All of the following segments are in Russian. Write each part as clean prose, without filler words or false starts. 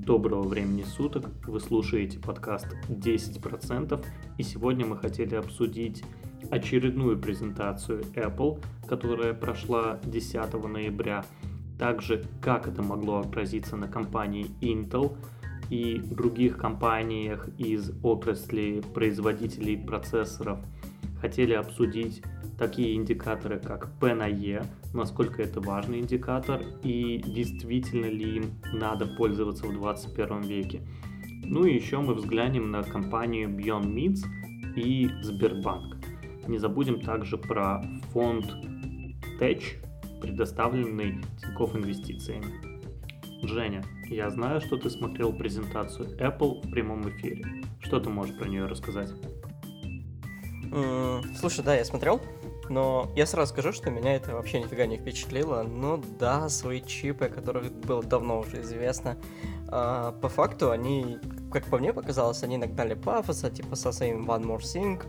Доброго времени суток, вы слушаете подкаст 10%, и сегодня мы хотели обсудить очередную презентацию Apple, которая прошла 10 ноября, также как это могло отразиться на компании Intel и других компаниях из отрасли производителей процессоров. Хотели обсудить такие индикаторы, как P на E, насколько это важный индикатор и действительно ли им надо пользоваться в 21 веке. Ну и еще мы взглянем на компанию Beyond Meats и Сбербанк. Не забудем также про фонд Tech, предоставленный Тинькофф Инвестициями. Женя, я знаю, что ты смотрел презентацию Apple в прямом эфире. Что ты можешь про нее рассказать? Слушай, да, я смотрел, но я сразу скажу, что меня это вообще нифига не впечатлило. Ну да, свои чипы, о которых было давно уже известно. По факту они, как по мне показалось, они нагнали пафоса, типа со своим One More Thing.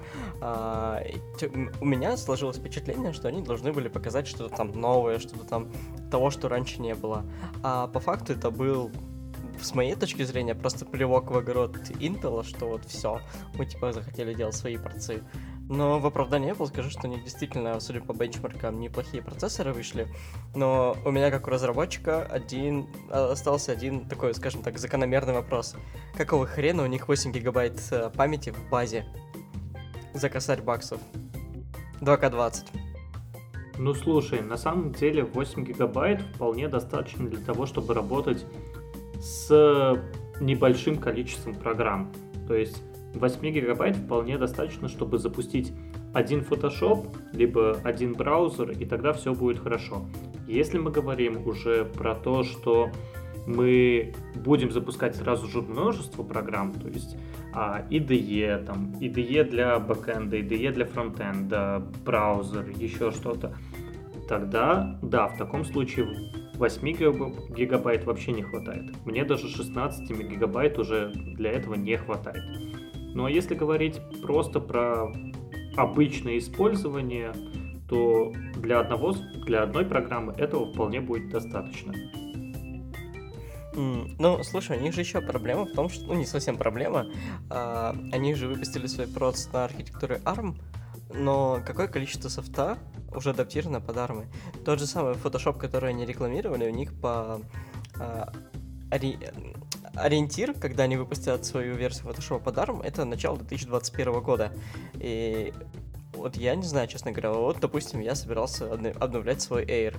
У меня сложилось впечатление, что они должны были показать что-то там новое, что-то там того, что раньше не было. А по факту это был, с моей точки зрения, просто плевок в огород Intel, что вот все, мы типа захотели делать свои порции. Но в оправдании Apple скажу, что у них действительно, судя по бенчмаркам, неплохие процессоры вышли. Но у меня, как у разработчика, остался один такой, скажем так, закономерный вопрос. Какого хрена у них 8 гигабайт памяти в базе за косарь баксов? 2К20. Ну слушай, на самом деле 8 гигабайт вполне достаточно для того, чтобы работать с небольшим количеством программ. То есть 8 гигабайт вполне достаточно, чтобы запустить один Photoshop, либо один браузер, и тогда все будет хорошо. Если мы говорим уже про то, что мы будем запускать сразу же множество программ, то есть IDE, IDE для бэкэнда, IDE для фронтенда, браузер, еще что-то, тогда, да, в таком случае 8 гигабайт вообще не хватает. Мне даже 16 гигабайт уже для этого не хватает. Ну а если говорить просто про обычное использование, то для одной программы этого вполне будет достаточно. Ну, слушай, у них же еще проблема в том, что... Ну, не совсем проблема. Они же выпустили свой процесс на архитектуре ARM, но какое количество софта уже адаптировано под ARM? Тот же самый Photoshop, который они рекламировали, у них по... Ориентир, когда они выпустят свою версию Photoshop под ARM, это начало 2021 года. И вот я не знаю, честно говоря, вот, допустим, я собирался обновлять свой Air.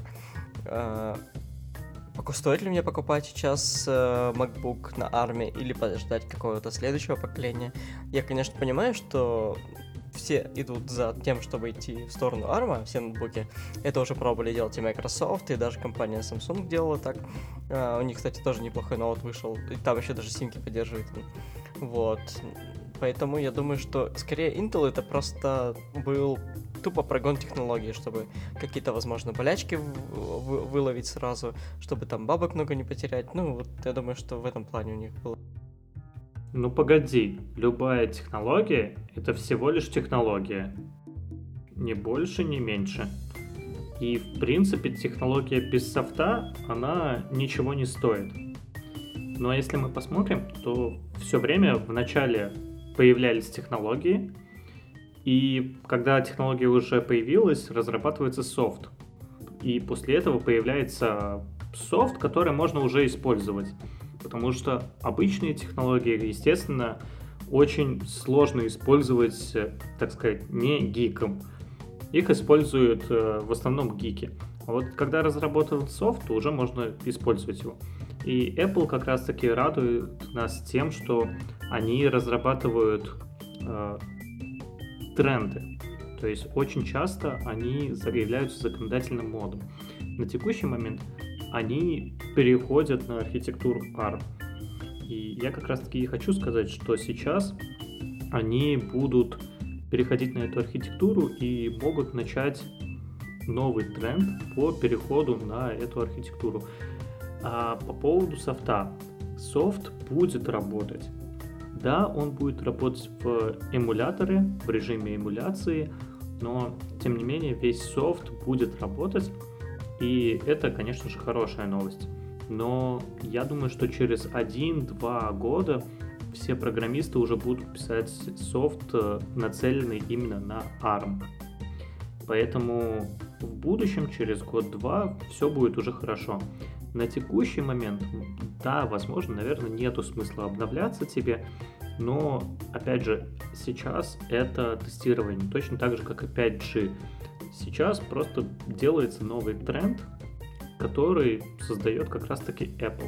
Стоит ли мне покупать сейчас MacBook на ARM или подождать какого-то следующего поколения? Я, конечно, понимаю, что все идут за тем, чтобы идти в сторону ARM, все ноутбуки. Это уже пробовали делать и Microsoft, и даже компания Samsung делала так. У них, кстати, тоже неплохой ноут вышел, и там еще даже симки поддерживает. Вот. Поэтому я думаю, что скорее Intel это просто был тупо прогон технологии, чтобы какие-то, возможно, болячки выловить сразу, чтобы там бабок много не потерять. Ну, вот я думаю, что в этом плане у них было. Ну погоди, любая технология — это всего лишь технология. Ни больше, ни меньше. И, в принципе, технология без софта, она ничего не стоит. Но если мы посмотрим, то все время в начале появлялись технологии, и когда технология уже появилась, разрабатывается софт. И после этого появляется софт, который можно уже использовать. Потому что обычные технологии, естественно, очень сложно использовать, так сказать, не гиком. Их используют в основном гики. А вот когда разработан софт, то уже можно использовать его. И Apple как раз-таки радует нас тем, что они разрабатывают тренды. То есть очень часто они являются законодательным модом. На текущий момент они переходят на архитектуру ARM. И я как раз-таки и хочу сказать, что сейчас они будут переходить на эту архитектуру и могут начать новый тренд по переходу на эту архитектуру. А по поводу софта. Софт будет работать. Да, он будет работать в эмуляторе, в режиме эмуляции, но, тем не менее, весь софт будет работать, и это, конечно же, хорошая новость. но я думаю, что через 1-2 года все программисты уже будут писать софт, нацеленный именно на ARM. Поэтому в будущем, через год-два, все будет уже хорошо. На текущий момент, да, возможно, наверное, нету смысла обновляться тебе, но, опять же, сейчас это тестирование, точно так же, как и 5G. Сейчас просто делается новый тренд, который создает как раз-таки Apple.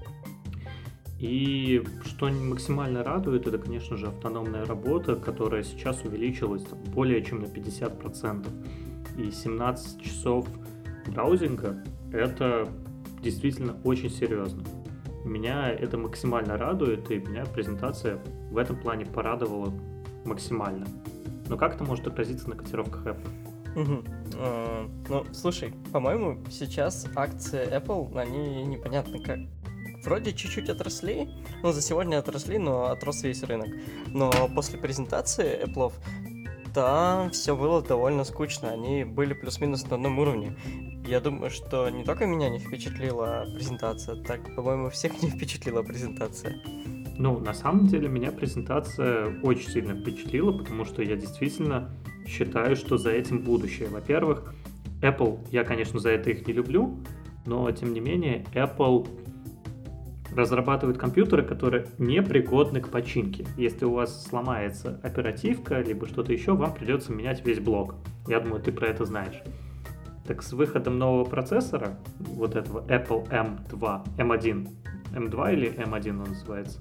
И что максимально радует, это, конечно же, автономная работа, которая сейчас увеличилась более чем на 50%. И 17 часов браузинга — это действительно очень серьезно. Меня это максимально радует, и меня презентация в этом плане порадовала максимально. Но как это может отразиться на котировках Apple? Ну, слушай, по-моему, сейчас акции Apple, они непонятно как. Вроде чуть-чуть отросли, за сегодня отросли, но отрос весь рынок. Но после презентации Apple там все было довольно скучно, они были плюс-минус на одном уровне. Я думаю, что не только меня не впечатлила презентация, так, по-моему, всех не впечатлила презентация. На самом деле меня презентация очень сильно впечатлила, потому что я действительно считаю, что за этим будущее. Во-первых, Apple, я, конечно, за это их не люблю, но, тем не менее, Apple разрабатывают компьютеры, которые не пригодны к починке. Если у вас сломается оперативка, либо что-то еще, вам придется менять весь блок. Я думаю, ты про это знаешь. Так с выходом нового процессора, вот этого Apple M1, M2 или M1 он называется?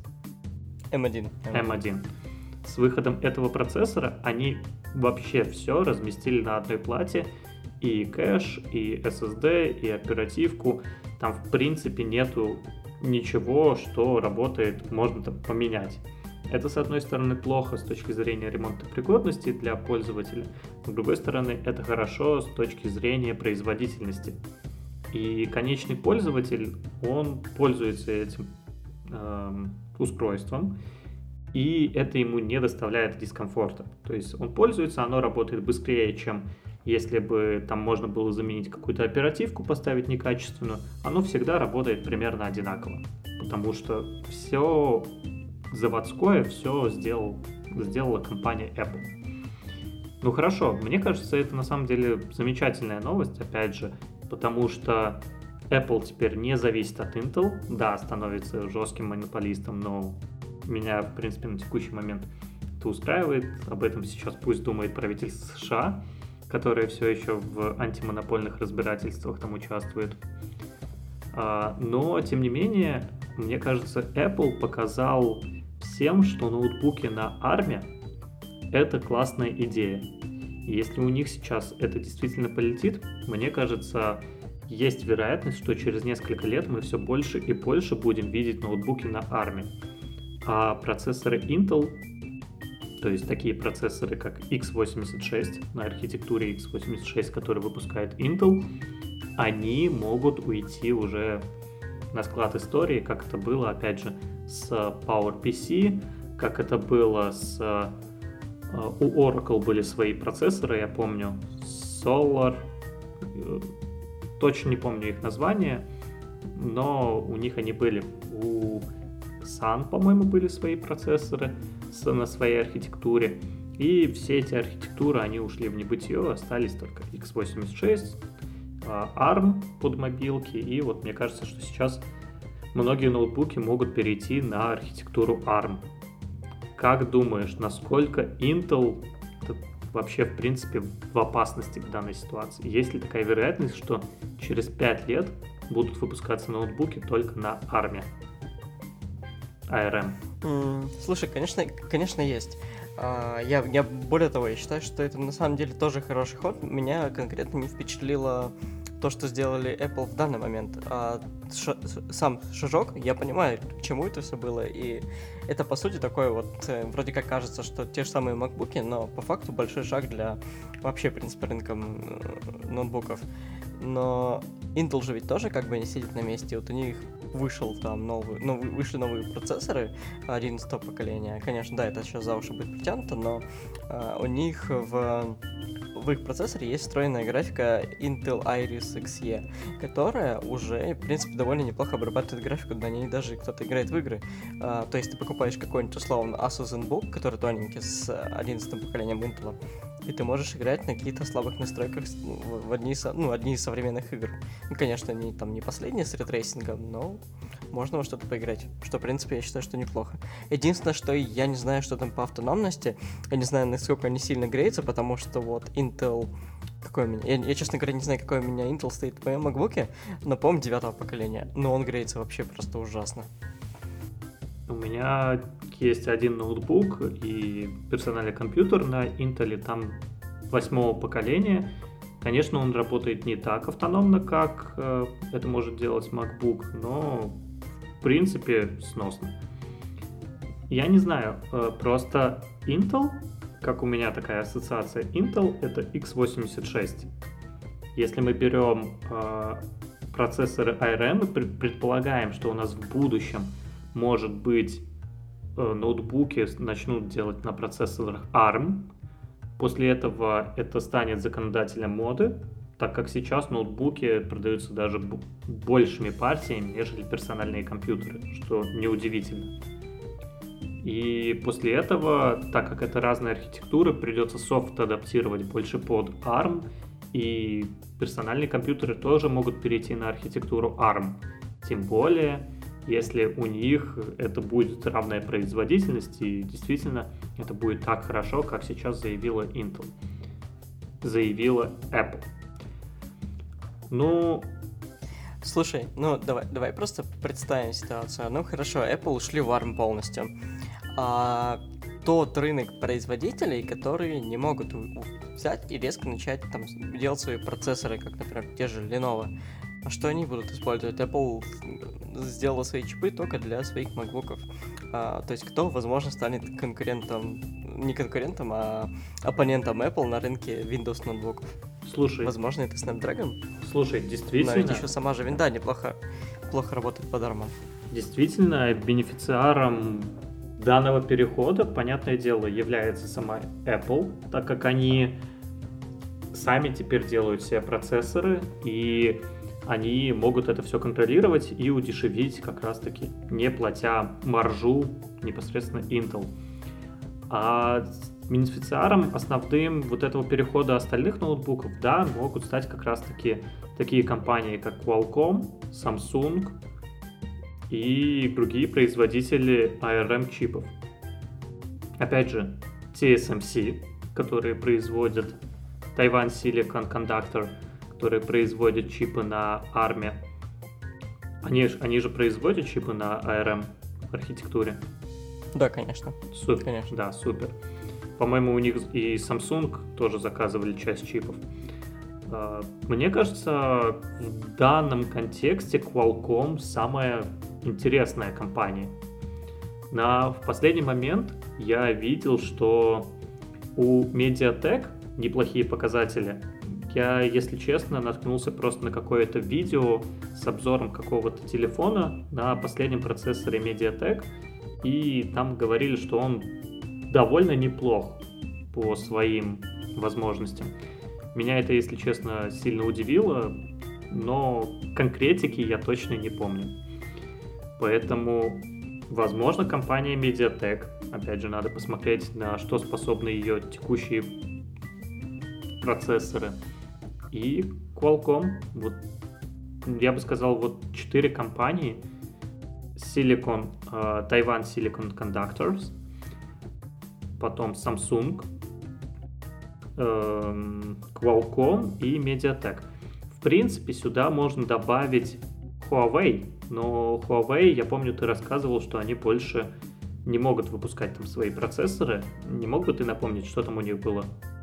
M1. С выходом этого процессора они вообще все разместили на одной плате, и кэш, и SSD, и оперативку. Там, в принципе, нету ничего, что работает, можно там поменять. Это, с одной стороны, плохо с точки зрения ремонта пригодности для пользователя, но, с другой стороны, это хорошо с точки зрения производительности. И конечный пользователь, он пользуется этим устройством, и это ему не доставляет дискомфорта. То есть он пользуется, оно работает быстрее, чем если бы там можно было заменить какую-то оперативку, поставить некачественную. Оно всегда работает примерно одинаково, потому что все заводское, все сделала компания Apple. Хорошо, мне кажется, это на самом деле замечательная новость, опять же, потому что Apple теперь не зависит от Intel, да, становится жестким монополистом, но меня, в принципе, на текущий момент это устраивает. Об этом сейчас пусть думает правительство США, которое все еще в антимонопольных разбирательствах там участвует. Но, тем не менее, мне кажется, Apple показал всем, что ноутбуки на ARM — это классная идея. И если у них сейчас это действительно полетит, мне кажется, есть вероятность, что через несколько лет мы все больше и больше будем видеть ноутбуки на ARM. А процессоры Intel, то есть такие процессоры, как x86 на архитектуре x86, который выпускает Intel, они могут уйти уже на склад истории, как это было, опять же, с PowerPC, как это было у Oracle были свои процессоры, я помню, Solar, точно не помню их название, но у них они были. У Sun, по-моему, были свои процессоры на своей архитектуре. И все эти архитектуры, они ушли в небытие, остались только x86, ARM под мобилки. И вот мне кажется, что сейчас многие ноутбуки могут перейти на архитектуру ARM. Как думаешь, насколько Intel вообще, в принципе, в опасности в данной ситуации? Есть ли такая вероятность, что через 5 лет будут выпускаться ноутбуки только на ARM? Слушай, конечно есть. Я более того, я считаю, что это на самом деле тоже хороший ход. Меня конкретно не впечатлило то, что сделали Apple в данный момент. Сам шажок, я понимаю, к чему это все было, и это, по сути, такой вот, вроде как кажется, что те же самые MacBook'и, но по факту большой шаг для вообще, в принципе, рынка ноутбуков. Но Intel же ведь тоже как бы не сидит на месте, вот у них вышел там вышли новые процессоры 11 поколения. Конечно, да, это сейчас за уши будет притянуто, но у них в их процессоре есть встроенная графика Intel Iris Xe, которая уже, в принципе, довольно неплохо обрабатывает графику, на ней даже кто-то играет в игры. То есть ты покупаешь какой-нибудь, условно, Asus ZenBook, который тоненький, с 11 поколением Intel, и ты можешь играть на каких-то слабых настройках в одни из современных игр. Ну, конечно, они там не последние с ретрейсингом, но можно во что-то поиграть, что, в принципе, я считаю, что неплохо. Единственное, что я не знаю, что там по автономности, я не знаю, насколько они сильно греются, потому что вот Intel... Какой у меня? Я, честно говоря, не знаю, какой у меня Intel стоит в моем MacBook'е, но, по-моему, 9 поколения, но он греется вообще просто ужасно. У меня есть один ноутбук и персональный компьютер на Intel, там 8 поколения. Конечно, он работает не так автономно, как это может делать MacBook, но в принципе сносно. Я не знаю, просто Intel, как у меня такая ассоциация, Intel это x86. Если мы берем процессоры ARM и предполагаем, что у нас в будущем, может быть, ноутбуки начнут делать на процессорах ARM. После этого это станет законодателем моды, так как сейчас ноутбуки продаются даже большими партиями, нежели персональные компьютеры, что неудивительно. И после этого, так как это разные архитектуры, придется софт адаптировать больше под ARM, и персональные компьютеры тоже могут перейти на архитектуру ARM. Тем более, если у них это будет равная производительность, и действительно это будет так хорошо, как сейчас заявила Intel, заявила Apple. Ну... Слушай, давай просто представим ситуацию. Ну хорошо, Apple ушли в ARM полностью. А тот рынок производителей, которые не могут взять и резко начать там делать свои процессоры, как, например, те же Lenovo. А что они будут использовать? Apple сделала свои чипы только для своих макбуков. То есть кто, возможно, станет конкурентом, не конкурентом, а оппонентом Apple на рынке Windows ноутбуков? Слушай. Возможно, это Snapdragon? Слушай, действительно... Но ведь еще сама же винда плохо работает под ARM. Действительно, бенефициаром данного перехода, понятное дело, является сама Apple, так как они сами теперь делают все процессоры, и они могут это все контролировать и удешевить как раз-таки, не платя маржу непосредственно Intel. А бенефициаром основным вот этого перехода остальных ноутбуков, да, могут стать как раз-таки такие компании, как Qualcomm, Samsung и другие производители ARM-чипов. Опять же, TSMC, которые производят Taiwan Silicon Conductor, которые производят чипы на ARM. Они же производят чипы на ARM архитектуре. Да, конечно. Супер. Конечно. Да, супер. По-моему, у них и Samsung тоже заказывали часть чипов. Мне кажется, в данном контексте Qualcomm самая интересная компания. В последний момент я видел, что у Mediatek неплохие показатели. Я, если честно, наткнулся просто на какое-то видео с обзором какого-то телефона на последнем процессоре Mediatek, и там говорили, что он довольно неплох по своим возможностям. Меня это, если честно, сильно удивило, но конкретики я точно не помню. Поэтому, возможно, компания Mediatek, опять же, надо посмотреть, на что способны ее текущие процессоры. И Qualcomm, вот я бы сказал, вот 4 компании: Taiwan Silicon Conductors, потом Samsung, Qualcomm и Mediatek. В принципе, сюда можно добавить Huawei, но Huawei, я помню, ты рассказывал, что они больше не могут выпускать там свои процессоры. Не мог бы ты напомнить, что там у них было?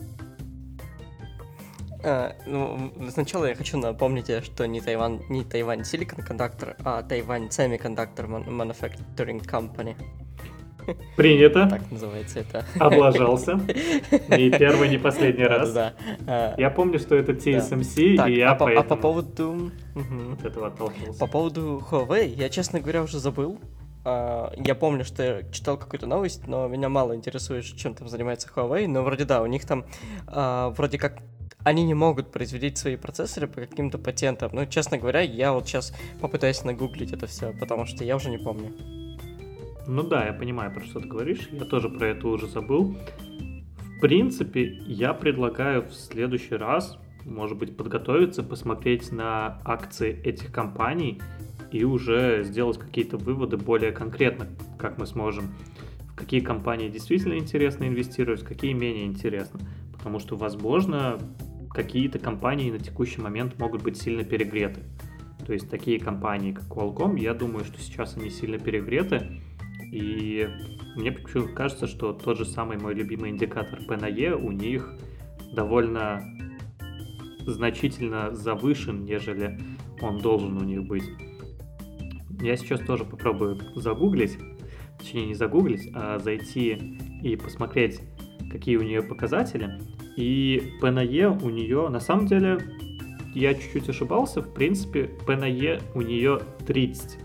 Сначала я хочу напомнить, что не Taiwan Silicon Conductor, а Taiwan Semiconductor Manufacturing Company. Принято. Так называется это. Облажался. Ни первый, ни последний раз. Да. Я помню, что это TSMC, Так, и я по поэтому поводу... от этого отталкивался. По поводу Huawei, я, честно говоря, уже забыл. Я помню, что я читал какую-то новость, но меня мало интересует, чем там занимается Huawei. Но вроде да, у них там вроде как они не могут производить свои процессоры по каким-то патентам. Ну, честно говоря, я вот сейчас попытаюсь нагуглить это все, потому что я уже не помню. Ну да, я понимаю, про что ты говоришь. Я тоже про это уже забыл. В принципе, я предлагаю в следующий раз, может быть, подготовиться, посмотреть на акции этих компаний и уже сделать какие-то выводы более конкретно, как мы сможем. В какие компании действительно интересно инвестировать, в какие менее интересно. Потому что, возможно, какие-то компании на текущий момент могут быть сильно перегреты. То есть такие компании, как Qualcomm, я думаю, что сейчас они сильно перегреты. И мне почему-то кажется, что тот же самый мой любимый индикатор P на E у них довольно значительно завышен, нежели он должен у них быть. Я сейчас тоже попробую загуглить, точнее не загуглить, а зайти и посмотреть, какие у нее показатели. И P на E у нее, на самом деле, я чуть-чуть ошибался, в принципе, P на E у нее 30.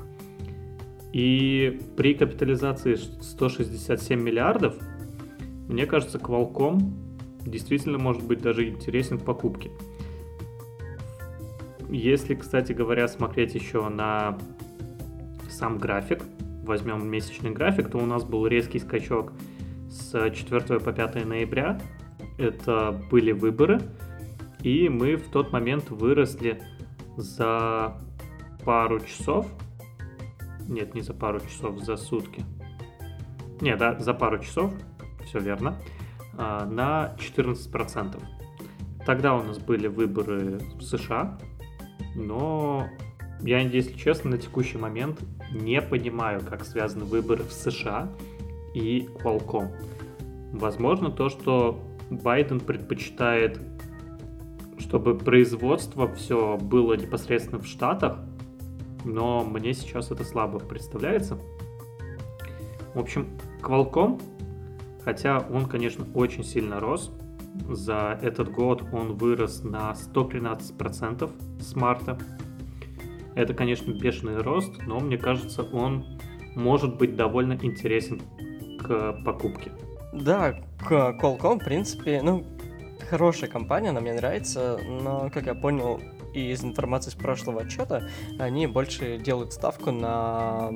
И при капитализации 167 миллиардов, мне кажется, Qualcomm действительно может быть даже интересен в покупке. Если, кстати говоря, смотреть еще на сам график, возьмем месячный график, то у нас был резкий скачок с 4 по 5 ноября. Это были выборы, и мы в тот момент выросли за пару часов. Нет, не за пару часов, за сутки. Нет, да, за пару часов, все верно, на 14%. Тогда у нас были выборы в США, но я, если честно, на текущий момент не понимаю, как связаны выборы в США и Qualcomm. Возможно, то, что Байден предпочитает, чтобы производство все было непосредственно в Штатах, но мне сейчас это слабо представляется. В общем, Qualcomm, хотя он, конечно, очень сильно рос, за этот год он вырос на 113% с марта. Это, конечно, бешеный рост, но мне кажется, он может быть довольно интересен к покупке. Да, Qualcomm, в принципе, хорошая компания, она мне нравится, но, как я понял из информации с прошлого отчета, они больше делают ставку на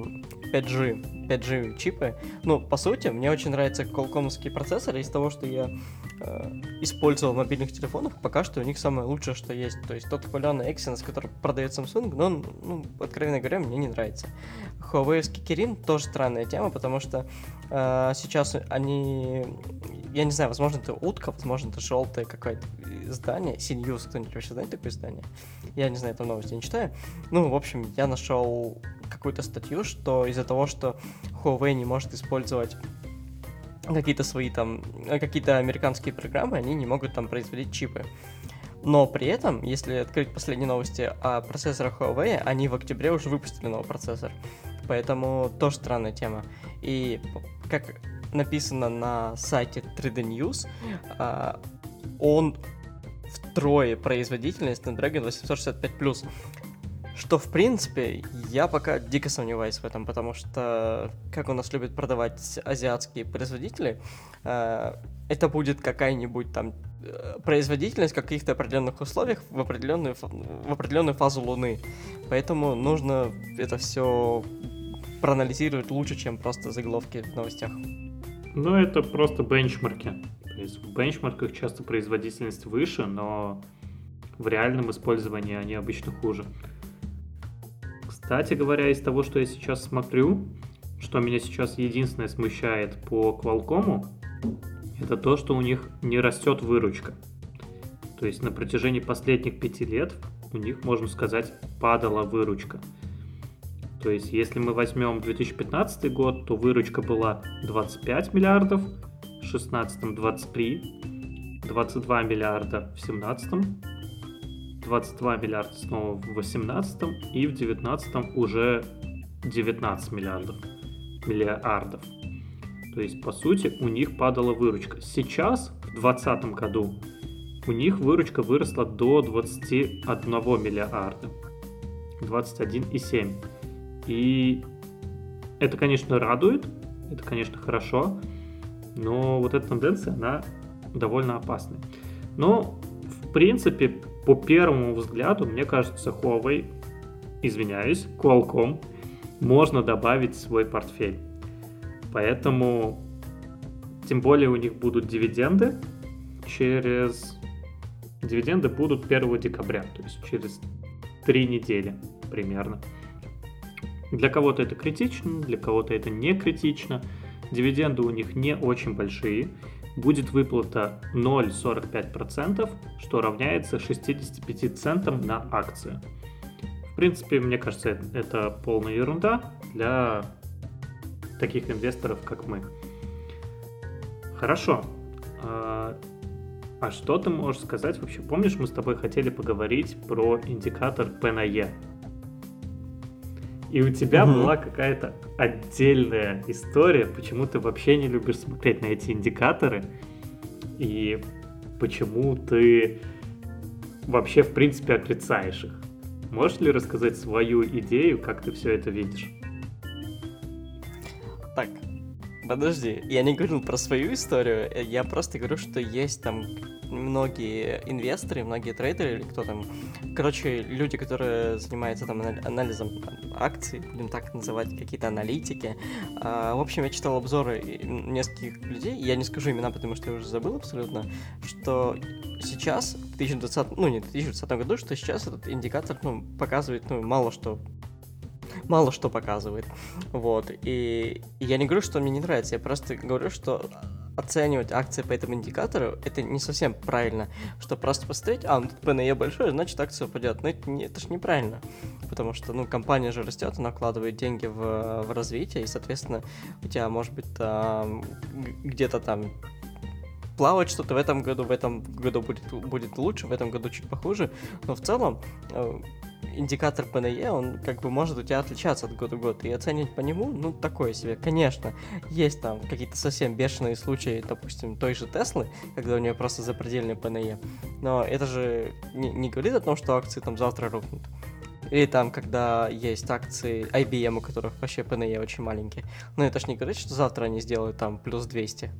5G чипы. По сути, мне очень нравятся Qualcomm-ские процессоры. Из того, что я использовал в мобильных телефонах, пока что у них самое лучшее, что есть. То есть тот хваленый Exynos, который продает Samsung, но он, откровенно говоря, мне не нравится. Huawei-ский Kirin тоже странная тема, потому что сейчас они... Я не знаю, возможно, это утка, возможно, это желтое какое-то издание. CNews, кто-нибудь вообще знает такое издание? Я не знаю, там новости не читаю. В общем, я нашел какую-то статью, что из-за того, что Huawei не может использовать какие-то свои какие-то американские программы, они не могут там производить чипы. Но при этом, если открыть последние новости о процессорах Huawei, они в октябре уже выпустили новый процессор. Поэтому тоже странная тема. И как написано на сайте 3D News, он втрое производительнее Snapdragon 865+. Что, в принципе, я пока дико сомневаюсь в этом, потому что, как у нас любят продавать азиатские производители, это будет какая-нибудь там производительность в каких-то определенных условиях в определенную фазу Луны. Поэтому нужно это все проанализировать лучше, чем просто заголовки в новостях. Это просто бенчмарки. То есть в бенчмарках часто производительность выше, но в реальном использовании они обычно хуже. Кстати говоря, из того, что я сейчас смотрю, что меня сейчас единственное смущает по Qualcomm, это то, что у них не растет выручка. То есть на протяжении последних 5 лет у них, можно сказать, падала выручка. То есть если мы возьмем 2015 год, то выручка была 25 миллиардов, в 2016 23, 22 миллиарда в 2017, 22 миллиарда снова в 2018 и в 2019 уже 19 миллиардов. То есть, по сути, у них падала выручка. Сейчас, в 2020 году, у них выручка выросла до 21 миллиарда. 21,7. И это, конечно, радует, это, конечно, хорошо, но вот эта тенденция, она довольно опасная. Но, в принципе, по первому взгляду, мне кажется, Huawei, извиняюсь, Qualcomm, можно добавить в свой портфель. Поэтому, тем более у них будут дивиденды. Дивиденды будут 1 декабря, то есть через 3 недели примерно. Для кого-то это критично, для кого-то это не критично. Дивиденды у них не очень большие. Будет выплата 0,45%, что равняется 65 центам на акцию. В принципе, мне кажется, это полная ерунда для таких инвесторов, как мы. Хорошо. А что ты можешь сказать вообще? Помнишь, мы с тобой хотели поговорить про индикатор P на E? И у тебя была какая-то отдельная история, почему ты вообще не любишь смотреть на эти индикаторы, и почему ты вообще, в принципе, отрицаешь их. Можешь ли рассказать свою идею, как ты все это видишь? Так, подожди, я не говорил про свою историю, я просто говорю, что есть там многие инвесторы, многие трейдеры, или кто там, короче, люди, которые занимаются там анализом акций, будем так называть, какие-то аналитики. В общем, я читал обзоры нескольких людей, я не скажу имена, потому что я уже забыл абсолютно, что сейчас, в 2020 году, что сейчас этот индикатор, показывает, мало что показывает. Вот. И я не говорю, что мне не нравится, я просто говорю, что оценивать акции по этому индикатору это не совсем правильно. Что просто посмотреть, тут P на E большое, значит акция упадет. Но это же неправильно. Потому что, компания же растет, она вкладывает деньги в развитие, и, соответственно, у тебя, может быть, где-то там плавать что-то в этом году будет лучше, в этом году чуть похуже. Но в целом индикатор P на E, он может у тебя отличаться от года в год, и оценивать по нему, такое себе. Конечно, есть там какие-то совсем бешеные случаи, допустим, той же Теслы, когда у нее просто запредельный P на E, но это же не говорит о том, что акции там завтра рухнут. Или там, когда есть акции IBM, у которых вообще P на E очень маленький. Но это ж не говорит, что завтра они сделают там плюс 200.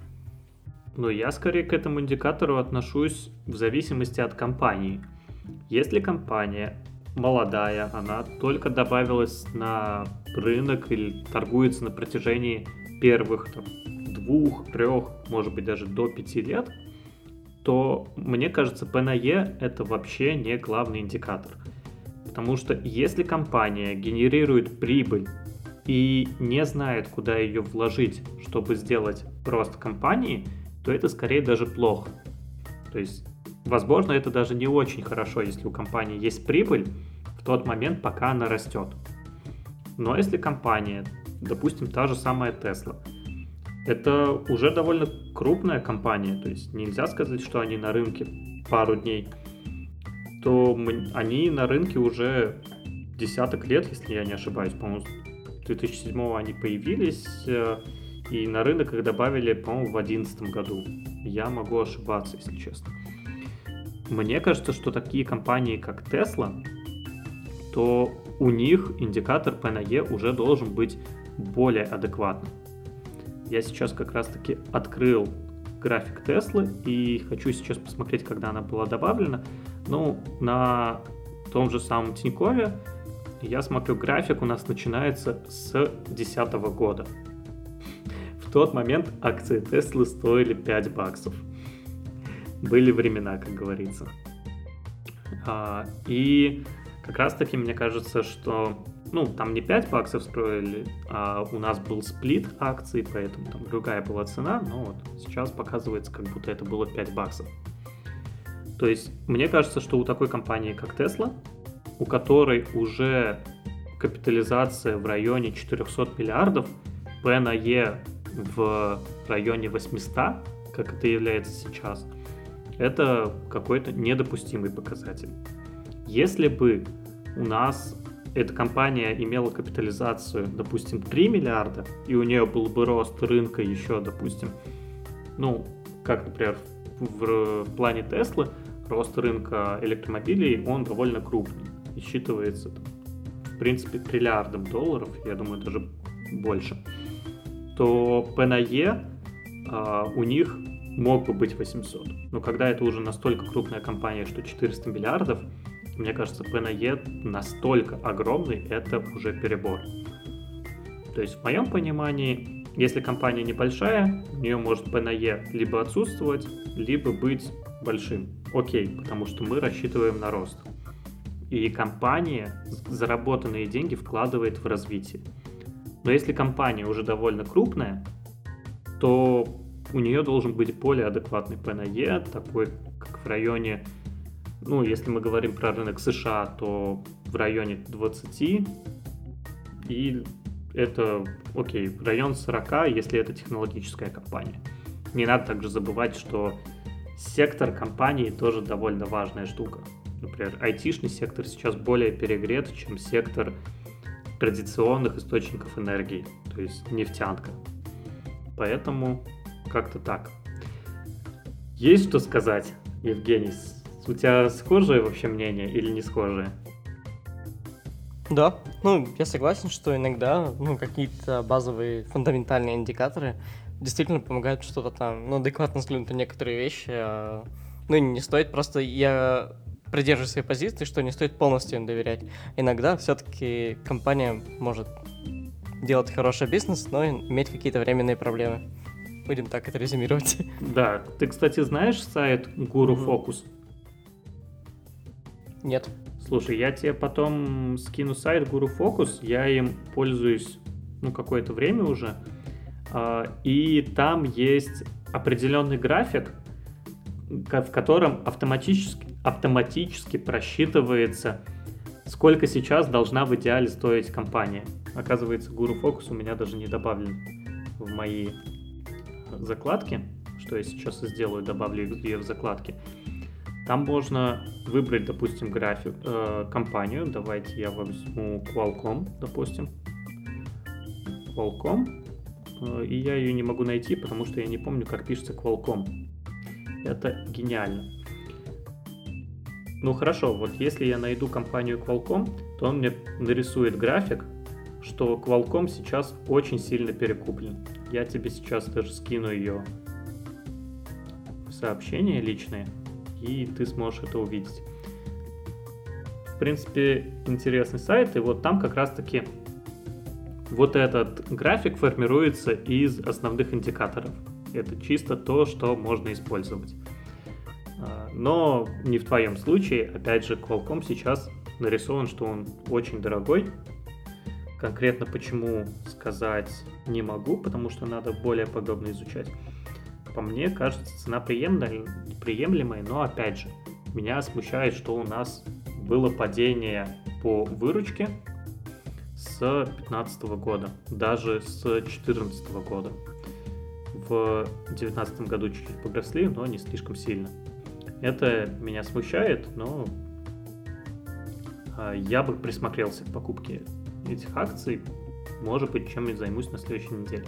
Я скорее к этому индикатору отношусь в зависимости от компании. Если компания молодая, она только добавилась на рынок или торгуется на протяжении первых 2, 3, может быть даже до 5 лет, то, мне кажется, P на E это вообще не главный индикатор. Потому что если компания генерирует прибыль и не знает, куда ее вложить, чтобы сделать рост компании, то это скорее даже плохо. То есть, возможно, это даже не очень хорошо, если у компании есть прибыль в тот момент, пока она растет. Но если компания, допустим, та же самая Tesla, это уже довольно крупная компания, то есть нельзя сказать, что они на рынке пару дней, то они на рынке уже десяток лет, если я не ошибаюсь. По-моему, с 2007 они появились, и на рынок их добавили, по-моему, в 2011 году. Я могу ошибаться, если честно. Мне кажется, что такие компании, как Tesla, то у них индикатор P на E уже должен быть более адекватным. Я сейчас как раз-таки открыл график Теслы и хочу сейчас посмотреть, когда она была добавлена. На том же самом Тинькове я смотрю, график у нас начинается с 2010 года. В тот момент акции Теслы стоили $5. Были времена, как говорится. И как раз таки мне кажется, что там не $5 стоили, а у нас был сплит акций, поэтому там другая была цена, но сейчас показывается, как будто это было $5. То есть мне кажется, что у такой компании, как Tesla, у которой уже капитализация в районе 400 миллиардов, P на E в районе 800, как это является сейчас, это какой-то недопустимый показатель. Если бы у нас эта компания имела капитализацию, допустим, 3 миллиарда, и у нее был бы рост рынка еще, допустим, ну, как, например, в плане Теслы, рост рынка электромобилей, он довольно крупный, и считывается, в принципе, триллиардом долларов, я думаю, даже больше, то P на E у них мог бы быть 800. Но когда это уже настолько крупная компания, что 400 миллиардов, мне кажется, P на E настолько огромный, это уже перебор. То есть в моем понимании, если компания небольшая, у нее может P на E либо отсутствовать, либо быть большим. Окей, потому что мы рассчитываем на рост. И компания заработанные деньги вкладывает в развитие. Но если компания уже довольно крупная, то у нее должен быть более адекватный P на E, такой, как в районе, ну, если мы говорим про рынок США, то в районе 20, и это, окей, в район 40, если это технологическая компания. Не надо также забывать, что сектор компании тоже довольно важная штука. Например, айтишный сектор сейчас более перегрет, чем сектор традиционных источников энергии, то есть нефтянка. Поэтому как-то так. Есть что сказать, Евгений? У тебя схожее вообще мнение или не схожее? Да, я согласен, что иногда, какие-то базовые фундаментальные индикаторы действительно помогают что-то там, адекватно взглянуть на некоторые вещи, не стоит просто, я придерживаюсь своей позиции, что не стоит полностью им доверять. Иногда все-таки компания может делать хороший бизнес, но иметь какие-то временные проблемы. Будем так это резюмировать. Да, ты, кстати, знаешь сайт Guru Focus? Нет. Слушай, я тебе потом скину сайт Guru Focus, я им пользуюсь, какое-то время уже, и там есть определенный график, в котором автоматически просчитывается, сколько сейчас должна в идеале стоить компания. Оказывается, Guru Focus у меня даже не добавлен в мои закладки, что я сейчас и сделаю, добавлю ее в закладки. Там можно выбрать, допустим, график, компанию. Давайте я возьму Qualcomm, допустим. Qualcomm. И я ее не могу найти, потому что я не помню, как пишется Qualcomm. Это гениально. Хорошо, вот если я найду компанию Qualcomm, то он мне нарисует график, что Qualcomm сейчас очень сильно перекуплен. Я тебе сейчас даже скину ее в сообщения личные, и ты сможешь это увидеть. В принципе, интересный сайт, и вот там как раз-таки вот этот график формируется из основных индикаторов. Это чисто то, что можно использовать. Но не в твоем случае. Опять же, Qualcomm сейчас нарисован, что он очень дорогой. Конкретно почему сказать не могу, потому что надо более подробно изучать. По мне кажется, цена приемлемая, но опять же, меня смущает, что у нас было падение по выручке с 2015 года, даже с 2014 года. В 2019 году чуть-чуть подросли, но не слишком сильно. Это меня смущает, но я бы присмотрелся к покупке этих акций. Может быть, чем-нибудь займусь на следующей неделе.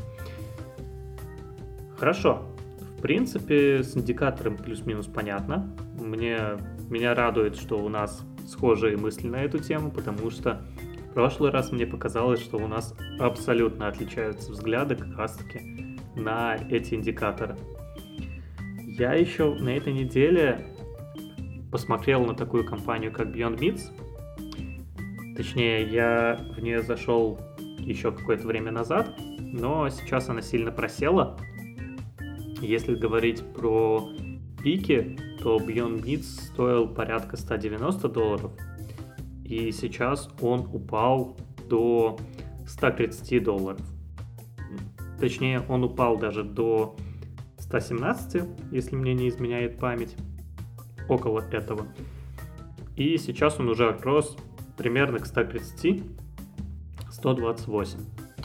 Хорошо. В принципе, с индикатором плюс-минус понятно. Меня радует, что у нас схожие мысли на эту тему, потому что в прошлый раз мне показалось, что у нас абсолютно отличаются взгляды как раз-таки на эти индикаторы. Я еще на этой неделе посмотрел на такую компанию, как Beyond Meats. Точнее, я в нее зашел еще какое-то время назад, но сейчас она сильно просела. Если говорить про пики, то Beyond Meat стоил порядка $190, и сейчас он упал до $130. Точнее, он упал даже до 117, если мне не изменяет память, около этого. И сейчас он уже отрос примерно к 130, 128.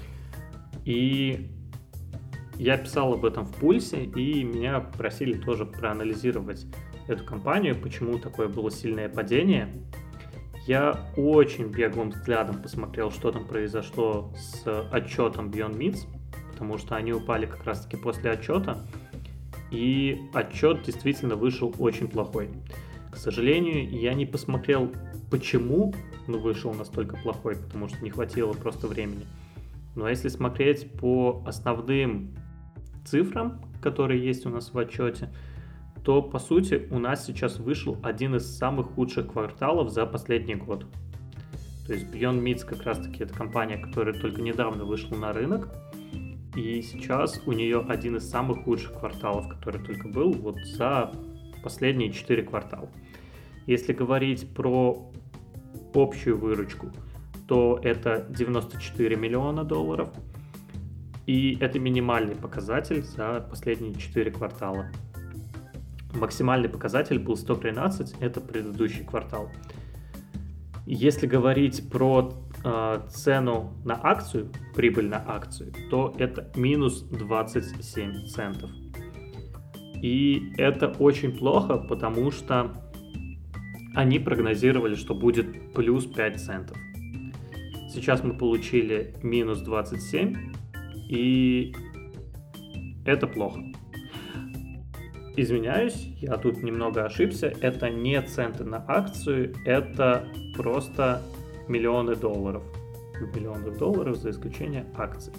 И я писал об этом в Пульсе, и меня просили тоже проанализировать эту компанию, почему такое было сильное падение. Я очень беглым взглядом посмотрел, что там произошло с отчетом Beyond Meats, потому что они упали как раз-таки после отчета, и отчет действительно вышел очень плохой. К сожалению, я не посмотрел, почему он вышел настолько плохой, потому что не хватило просто времени. Но если смотреть по основным цифрам, которые есть у нас в отчете, то, по сути, у нас сейчас вышел один из самых худших кварталов за последний год. То есть Beyond Meats как раз-таки это компания, которая только недавно вышла на рынок, и сейчас у нее один из самых худших кварталов, который только был вот за последние 4 квартала. Если говорить про общую выручку, то это 94 миллиона долларов, и это минимальный показатель за последние 4 квартала. Максимальный показатель был 113, это предыдущий квартал. Если говорить про цену на акцию, прибыль на акцию, то это минус 27 центов. И это очень плохо, потому что они прогнозировали, что будет плюс 5 центов. Сейчас мы получили минус 27, и это плохо. Извиняюсь, я тут немного ошибся. Это не центы на акцию, это просто миллионы долларов. Миллионы долларов за исключением акций.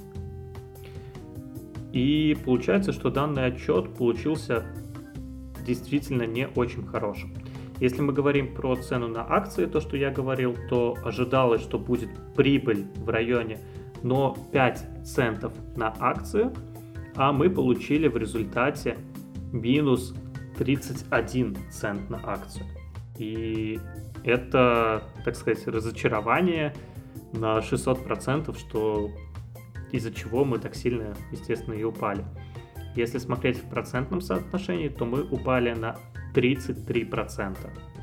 И получается, что данный отчет получился действительно не очень хорошим. Если мы говорим про цену на акции, то, что я говорил, то ожидалось, что будет прибыль в районе 5 центов на акцию, а мы получили в результате минус 31 цент на акцию. И это, так сказать, разочарование на 600%, что из-за чего мы так сильно, естественно, и упали. Если смотреть в процентном соотношении, то мы упали на 33%.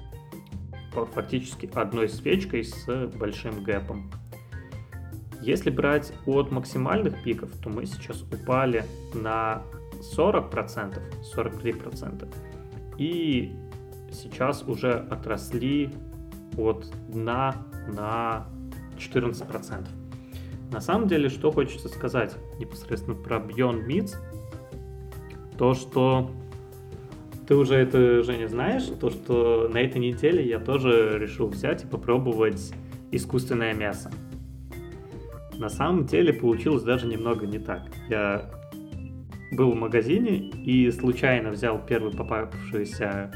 Фактически одной свечкой с большим гэпом. Если брать от максимальных пиков, то мы сейчас упали на 40%, 43%. И сейчас уже отросли от дна на 14%. На самом деле, что хочется сказать непосредственно про Beyond Meats, то, что ты уже это, Женя, знаешь, то, что на этой неделе я тоже решил взять и попробовать искусственное мясо. На самом деле получилось даже немного не так. Я был в магазине и случайно взял первые попавшиеся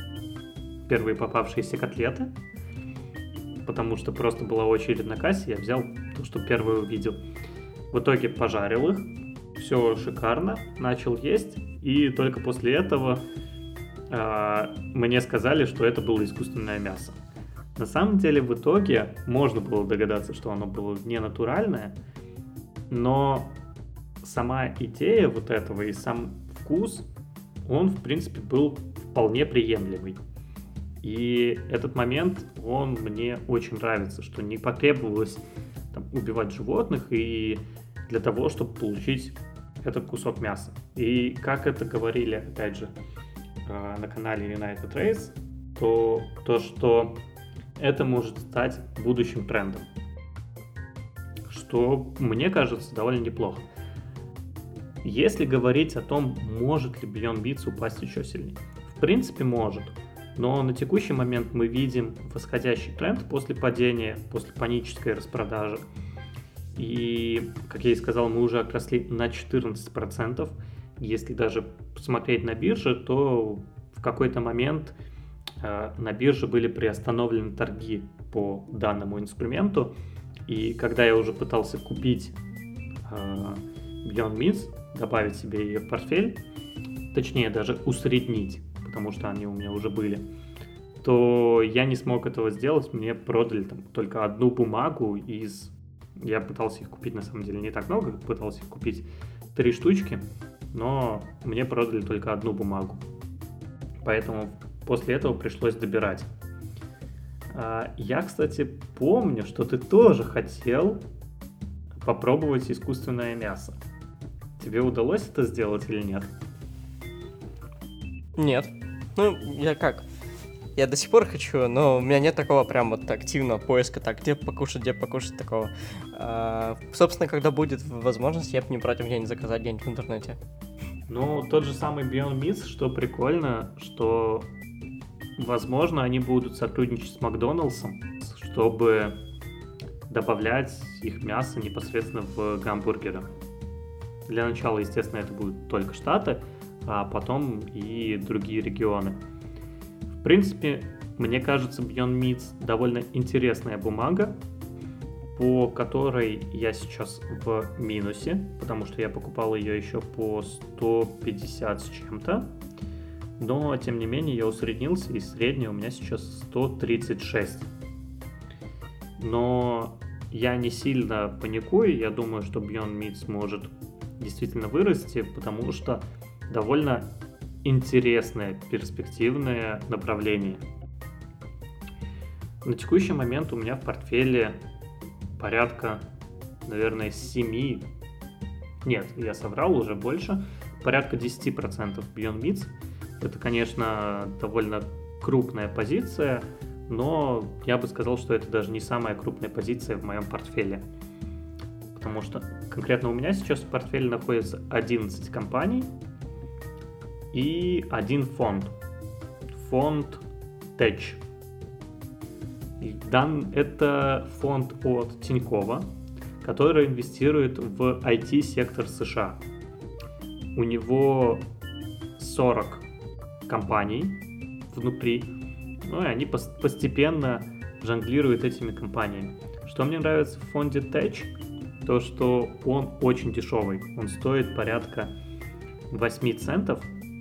котлеты, потому что просто была очередь на кассе, я взял то, что первый увидел. В итоге пожарил их, все шикарно, начал есть, и только после этого мне сказали, что это было искусственное мясо. На самом деле, в итоге можно было догадаться, что оно было не натуральное, но сама идея вот этого и сам вкус, он, в принципе, был вполне приемлемый. И этот момент, он мне очень нравится, что не потребовалось там убивать животных и для того, чтобы получить этот кусок мяса. И как это говорили, опять же, на канале United Race, то, что это может стать будущим трендом. Что, мне кажется, довольно неплохо. Если говорить о том, может ли Beyond Meats упасть еще сильнее. В принципе, может. Но на текущий момент мы видим восходящий тренд после падения, после панической распродажи. И, как я и сказал, мы уже отросли на 14%. Если даже посмотреть на бирже, то в какой-то момент на бирже были приостановлены торги по данному инструменту. И когда я уже пытался купить Beyond Meats, добавить себе ее в портфель, точнее даже усреднить, потому что они у меня уже были, то я не смог этого сделать, мне продали там только одну бумагу из... Я пытался их купить, на самом деле, не так много, пытался их купить 3 штучки, но мне продали только одну бумагу. Поэтому после этого пришлось добирать. Я, кстати, помню, что ты тоже хотел попробовать искусственное мясо. Тебе удалось это сделать или нет? Нет. Ну, я как? Я до сих пор хочу, но у меня нет такого прям вот активного поиска, так, где покушать такого. Собственно, когда будет возможность, я бы не против где-нибудь заказать где-нибудь в интернете. Ну, тот же самый Beyond Meats, что прикольно, что, возможно, они будут сотрудничать с Макдоналдсом, чтобы добавлять их мясо непосредственно в гамбургеры. Для начала, естественно, это будут только Штаты, а потом и другие регионы. В принципе, мне кажется, Beyond Meats довольно интересная бумага, по которой я сейчас в минусе, потому что я покупал ее еще по 150 с чем-то, но, тем не менее, я усреднился, и средняя у меня сейчас 136. Но я не сильно паникую, я думаю, что Beyond Meat может действительно вырасти, потому что довольно интересное, перспективное направление. На текущий момент у меня в портфеле порядка, наверное, 7, нет, я соврал, уже больше, порядка 10% Beyond Meat. Это, конечно, довольно крупная позиция, но я бы сказал, что это даже не самая крупная позиция в моем портфеле. Потому что конкретно у меня сейчас в портфеле находится 11 компаний и один фонд. Фонд Tech. Это фонд от Тинькова, который инвестирует в IT-сектор США. У него 40 компаний внутри, ну и они постепенно жонглируют этими компаниями. Что мне нравится в фонде Tech, то что он очень дешевый. Он стоит порядка 8 центов,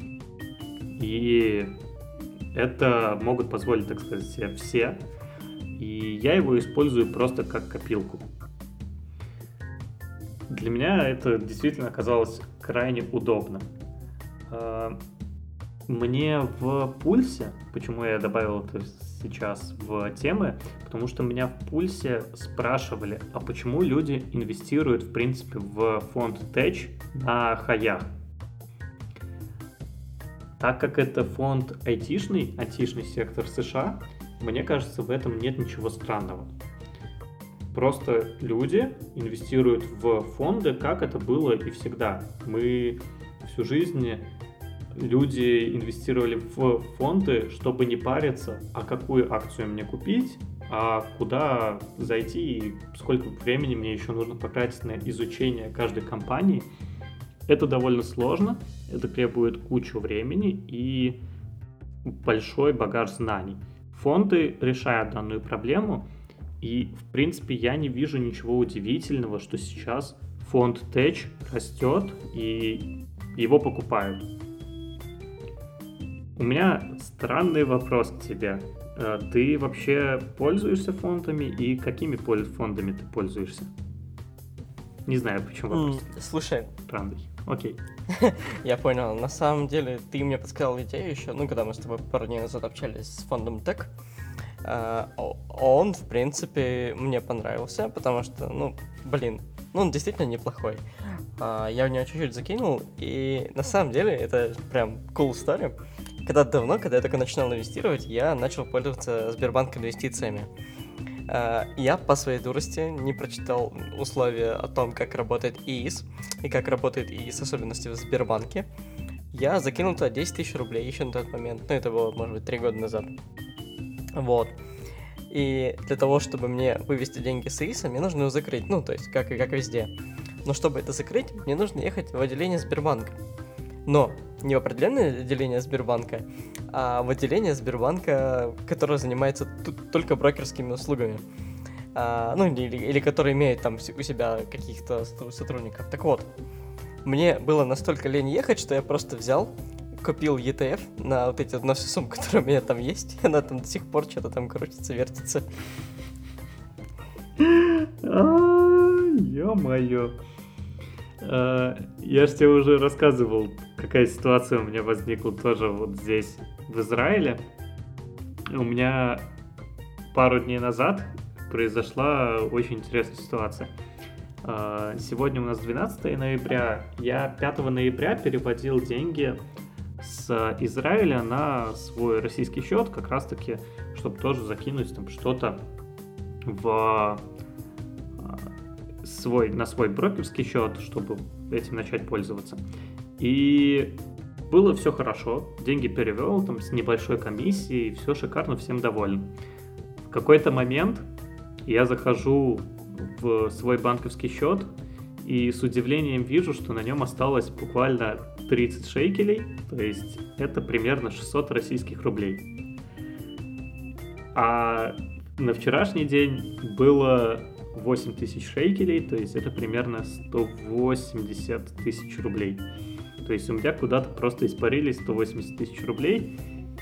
и это могут позволить, так сказать, себе все. И я его использую просто как копилку. Для меня это действительно оказалось крайне удобно. Мне в Пульсе, почему я добавил это сейчас в темы, потому что меня в Пульсе спрашивали, а почему люди инвестируют, в принципе, в фонд Tech на хаях. Так как это фонд айтишный сектор США, мне кажется, в этом нет ничего странного. Просто люди инвестируют в фонды, как это было и всегда. Мы всю жизнь... Люди инвестировали в фонды, чтобы не париться, а какую акцию мне купить, а куда зайти и сколько времени мне еще нужно потратить на изучение каждой компании. Это довольно сложно, это требует кучу времени и большой багаж знаний. Фонды решают данную проблему, и, в принципе, я не вижу ничего удивительного, что сейчас фонд Tech растет и его покупают. У меня странный вопрос к тебе. Ты вообще пользуешься фондами и какими фондами ты пользуешься? Не знаю, почему вопрос. Слушай. Странный. Окей. Я понял. На самом деле, ты мне подсказал идею еще, когда мы с тобой пару дней назад общались с фондом Tech. Он, в принципе, мне понравился, потому что, он действительно неплохой. Я в него чуть-чуть закинул, и на самом деле это прям cool story. Когда я только начинал инвестировать, я начал пользоваться Сбербанк инвестициями. Я по своей дурости не прочитал условия о том, как работает ИИС, и как работает ИИС, особенности в Сбербанке. Я закинул туда 10 тысяч рублей еще на тот момент, это было, может быть, 3 года назад. Вот. И для того, чтобы мне вывести деньги с ИИСа, мне нужно его закрыть, то есть, как везде. Но чтобы это закрыть, мне нужно ехать в отделение Сбербанка. Но не в определенное отделение Сбербанка, а в отделение Сбербанка, которое занимается только брокерскими услугами. Или которые имеют там у себя каких-то сотрудников. Так вот, мне было настолько лень ехать, что я просто взял, купил ETF на на всю сумму, которая у меня там есть, и она там до сих пор что-то там крутится, вертится. Ё-моё. Я же тебе уже рассказывал, какая ситуация у меня возникла тоже вот здесь, в Израиле. У меня пару дней назад произошла очень интересная ситуация. Сегодня у нас 12 ноября. Я 5 ноября переводил деньги с Израиля на свой российский счет, как раз-таки, чтобы тоже закинуть там что-то на свой брокерский счет, чтобы этим начать пользоваться. И было все хорошо, деньги перевел там с небольшой комиссией, все шикарно, всем доволен. В какой-то момент я захожу в свой банковский счет и с удивлением вижу, что на нем осталось буквально 30 шекелей, то есть это примерно 600 российских рублей. А на вчерашний день было 8 тысяч шекелей, то есть это примерно 180 тысяч рублей. То есть у меня куда-то просто испарились 180 тысяч рублей.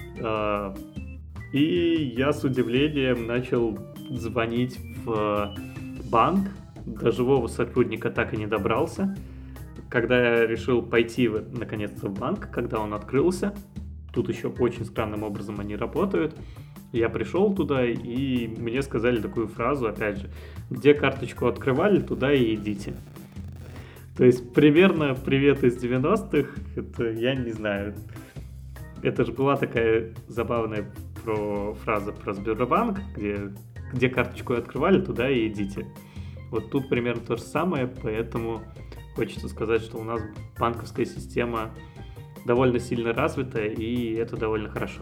И я с удивлением начал звонить в банк. До живого сотрудника так и не добрался. Когда я решил пойти наконец-то в банк, когда он открылся, тут еще очень странным образом они работают, я пришел туда, и мне сказали такую фразу, опять же, где карточку открывали, туда и идите. То есть примерно привет из 90-х, это я не знаю. Это же была такая забавная фраза про Сбербанк, где карточку открывали, туда и идите. Вот тут примерно то же самое, поэтому хочется сказать, что у нас банковская система довольно сильно развита, и это довольно хорошо.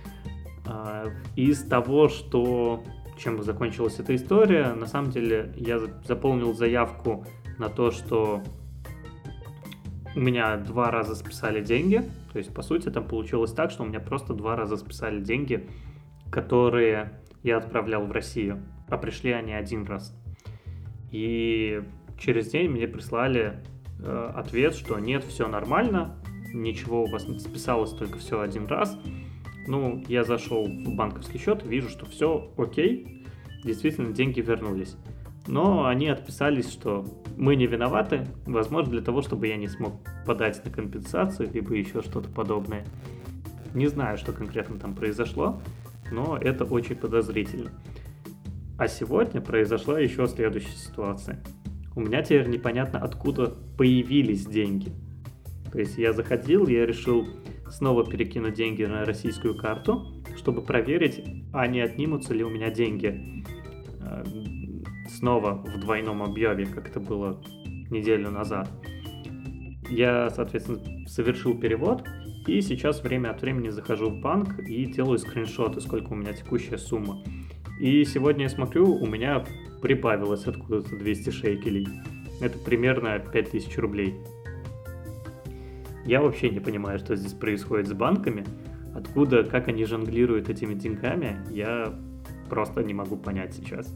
Из того, чем закончилась эта история, на самом деле я заполнил заявку на то, что у меня 2 раза списали деньги. То есть, по сути, там получилось так, что у меня просто 2 раза списали деньги, которые я отправлял в Россию, а пришли они 1 раз. И через день мне прислали ответ, что нет, все нормально, ничего у вас не списалось, только все 1 раз. Ну, я зашел в банковский счет, вижу, что все окей, действительно деньги вернулись. Но они отписались, что мы не виноваты, возможно, для того, чтобы я не смог подать на компенсацию, либо еще что-то подобное. Не знаю, что конкретно там произошло, но это очень подозрительно. А сегодня произошла еще следующая ситуация. У меня теперь непонятно, откуда появились деньги. То есть я заходил, я решил снова перекинуть деньги на российскую карту, чтобы проверить, а не отнимутся ли у меня деньги снова в двойном объеме, как это было неделю назад. Я, соответственно, совершил перевод, и сейчас время от времени захожу в банк и делаю скриншоты, сколько у меня текущая сумма. И сегодня я смотрю, у меня прибавилось откуда-то 200 шекелей. Это примерно 5000 рублей. Я вообще не понимаю, что здесь происходит с банками, как они жонглируют этими деньгами, я просто не могу понять сейчас.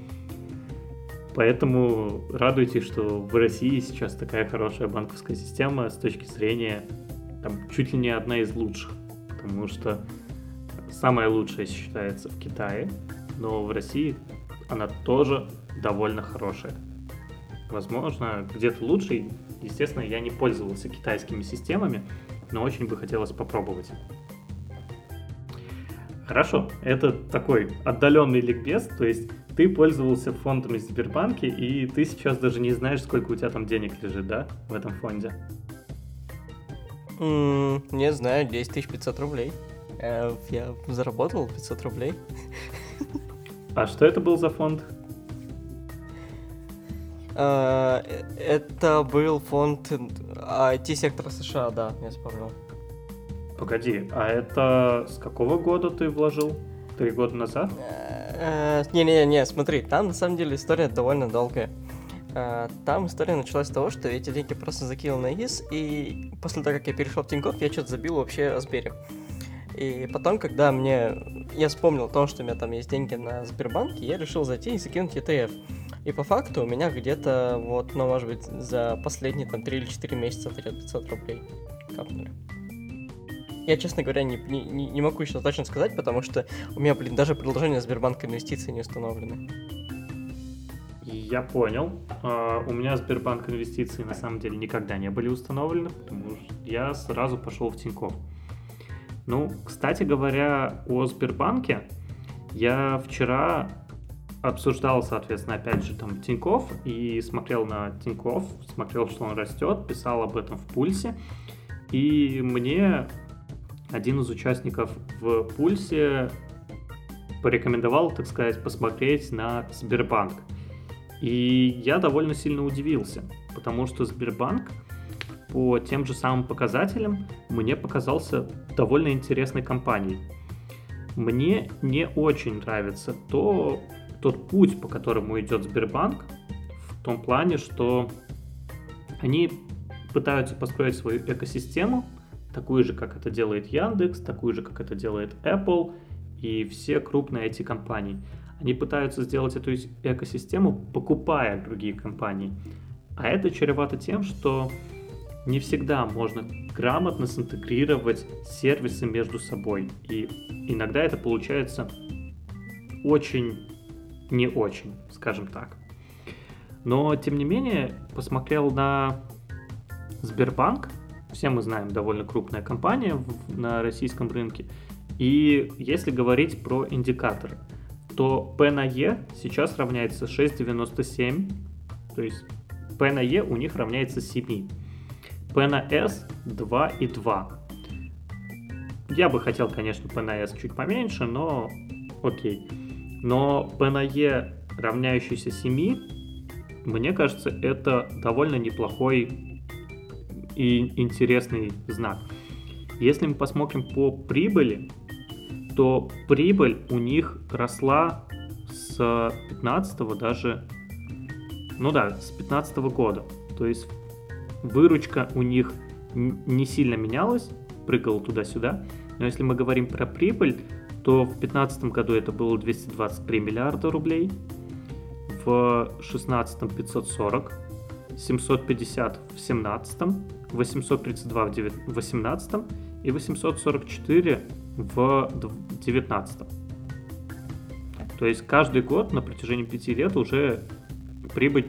Поэтому радуйтесь, что в России сейчас такая хорошая банковская система с точки зрения там, чуть ли не одна из лучших, потому что самая лучшая считается в Китае, но в России она тоже довольно хорошая. Возможно, где-то лучше. Естественно, я не пользовался китайскими системами, но очень бы хотелось попробовать. Хорошо, это такой отдаленный ликбез, то есть ты пользовался фондами в Сбербанке, и ты сейчас даже не знаешь, сколько у тебя там денег лежит, да, в этом фонде? Не знаю, 10 500 рублей. Я заработал 500 рублей. А что это был за фонд? Это был фонд IT-сектора США, да, я вспомнил. Погоди, а это с какого года ты вложил? 3 года назад? Не, смотри, там на самом деле история довольно долгая. Там история началась с того, что я эти деньги просто закинул на ИС, и после того, как я перешел в Тинькофф, я что-то забил вообще о Сбере. И потом, когда я вспомнил о том, что у меня там есть деньги на Сбербанке, я решил зайти и закинуть ETF. И по факту у меня где-то, может быть, за последние 3 или 4 месяца 500 рублей капнули. Я, честно говоря, не могу еще точно сказать, потому что у меня, даже приложение Сбербанка инвестиций не установлено. Я понял. У меня Сбербанк инвестиции на самом деле никогда не были установлены, потому что я сразу пошел в Тинькофф. Ну, кстати говоря, о Сбербанке, я вчера обсуждал, соответственно, опять же, там Тинькофф и смотрел на Тинькофф, смотрел, что он растет, писал об этом в Пульсе. И мне один из участников в Пульсе порекомендовал, так сказать, посмотреть на Сбербанк. И я довольно сильно удивился, потому что Сбербанк по тем же самым показателям мне показался довольно интересной компанией. Мне не очень нравится тот путь, по которому идет Сбербанк, в том плане, что они пытаются построить свою экосистему, такую же, как это делает Яндекс, такую же, как это делает Apple и все крупные IT-компании. Они пытаются сделать эту экосистему, покупая другие компании. А это чревато тем, что не всегда можно грамотно синтегрировать сервисы между собой. И иногда это получается очень не очень, скажем так. Но, тем не менее, посмотрел на Сбербанк. Все мы знаем, довольно крупная компания на российском рынке. И если говорить про индикаторы, то P на E сейчас равняется 6,97. То есть P на E у них равняется 7. P на S 2,2. Я бы хотел, конечно, P на S чуть поменьше, но окей. Но P на E, равняющийся 7, мне кажется, это довольно неплохой и интересный знак. Если мы посмотрим по прибыли, то прибыль у них росла с 15-го даже, с 15-го года. То есть выручка у них не сильно менялась, прыгала туда-сюда. Но если мы говорим про прибыль, то в 2015 году это было 223 миллиарда рублей, в 2016 540, 750 в 2017, 832 в 2018 и 844 в 2019. То есть каждый год на протяжении 5 лет уже прибыль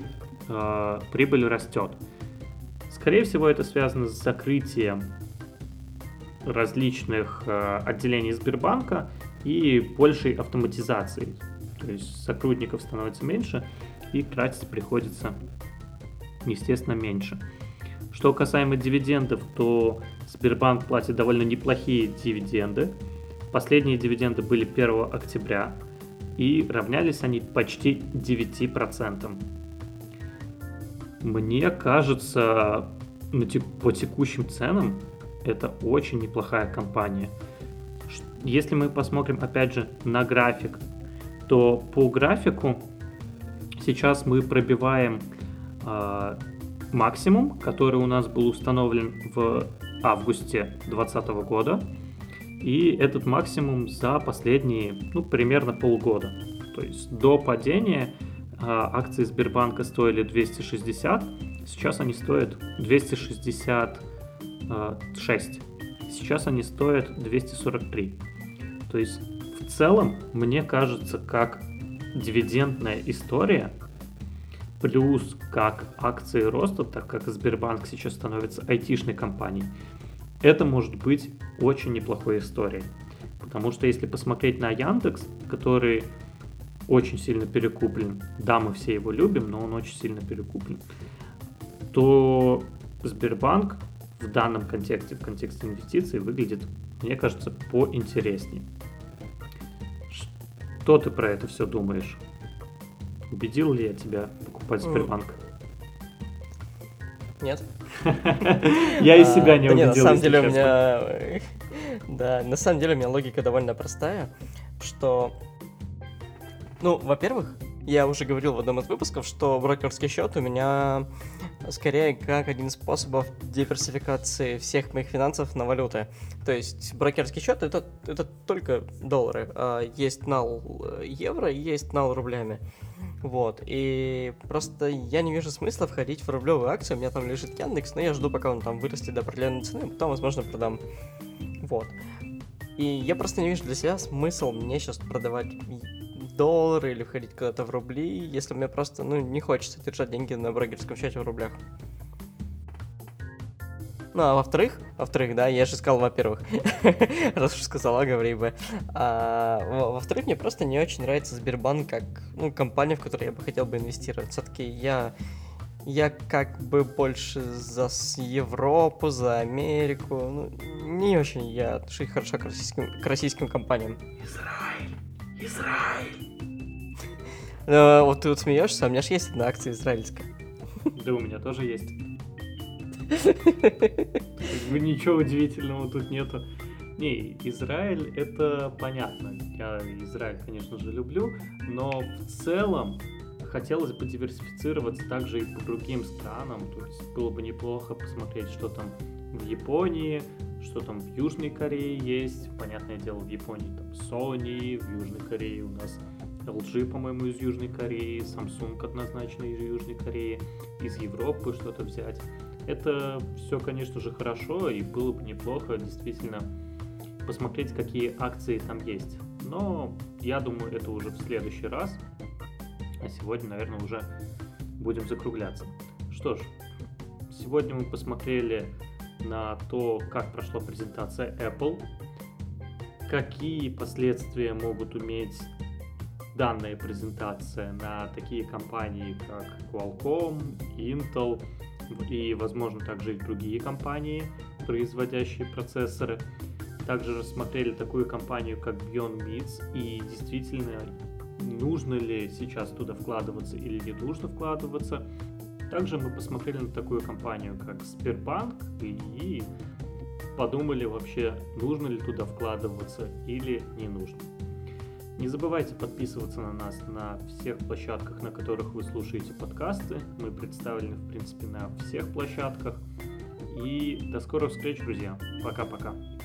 растет. Скорее всего, это связано с закрытием различных отделений Сбербанка и большей автоматизацией. То есть сотрудников становится меньше и тратить приходится, естественно, меньше. Что касаемо дивидендов, то Сбербанк платит довольно неплохие дивиденды. Последние дивиденды были 1 октября и равнялись они почти 9%. Мне кажется, по текущим ценам это очень неплохая компания. Если мы посмотрим опять же на график, то по графику сейчас мы пробиваем максимум, который у нас был установлен в августе 2020 года. И этот максимум за последние, примерно полгода. То есть до падения акции Сбербанка стоили 260, сейчас они стоят 266. Сейчас они стоят 243. То есть в целом, мне кажется, как дивидендная история, плюс как акции роста, так как Сбербанк сейчас становится айтишной компанией, это может быть очень неплохой историей. Потому что если посмотреть на Яндекс, который очень сильно перекуплен, да, мы все его любим, но он очень сильно перекуплен, то Сбербанк в данном контексте, в контексте инвестиций, выглядит, мне кажется, поинтереснее. Что ты про это все думаешь? Убедил ли я тебя покупать Сбербанк? Нет. Я из себя не убедил. На самом деле у меня... Да, на самом деле у меня логика довольно простая, что... во-первых, я уже говорил в одном из выпусков, что брокерский счет у меня скорее как один из способов диверсификации всех моих финансов на валюты. То есть брокерский счет это только доллары. Есть нал евро и есть нал рублями. Вот. И просто я не вижу смысла входить в рублевые акции. У меня там лежит Яндекс, но я жду, пока он там вырастет до определенной цены, потом, возможно, продам. Вот. И я просто не вижу для себя смысл мне сейчас продавать доллары или входить куда-то в рубли, если мне просто, не хочется держать деньги на брокерском счете в рублях. А во-вторых, да, я же сказал, во-первых, раз уж сказала, говори бы. Во-вторых, мне просто не очень нравится Сбербанк как, компания, в которую я бы хотел бы инвестировать. Все-таки я Я как бы больше за Европу, за Америку. Ну, не очень я отношусь хорошо к российским компаниям. Израиль! Вот ты вот смеешься, а у меня же есть одна акция израильская. Да, у меня тоже есть. Ничего удивительного тут нету. Не, Израиль это понятно. Я Израиль, конечно же, люблю, но в целом хотелось бы диверсифицироваться также и по другим странам. То есть было бы неплохо посмотреть, что там в Японии, что там в Южной Корее есть. Понятное дело, в Японии там Sony, в Южной Корее у нас LG, по-моему, из Южной Кореи, Samsung однозначно из Южной Кореи, из Европы что-то взять. Это все, конечно же, хорошо, и было бы неплохо действительно посмотреть, какие акции там есть. Но я думаю, это уже в следующий раз. А сегодня, наверное, уже будем закругляться. Что ж, сегодня мы посмотрели на то, как прошла презентация Apple, какие последствия могут иметь данная презентация на такие компании, как Qualcomm, Intel и, возможно, также и другие компании, производящие процессоры. Также рассмотрели такую компанию, как Beyond Meats, и действительно, нужно ли сейчас туда вкладываться или не нужно вкладываться. Также мы посмотрели на такую компанию, как Сбербанк, и подумали вообще, нужно ли туда вкладываться или не нужно. Не забывайте подписываться на нас на всех площадках, на которых вы слушаете подкасты. Мы представлены, в принципе, на всех площадках. И до скорых встреч, друзья. Пока-пока.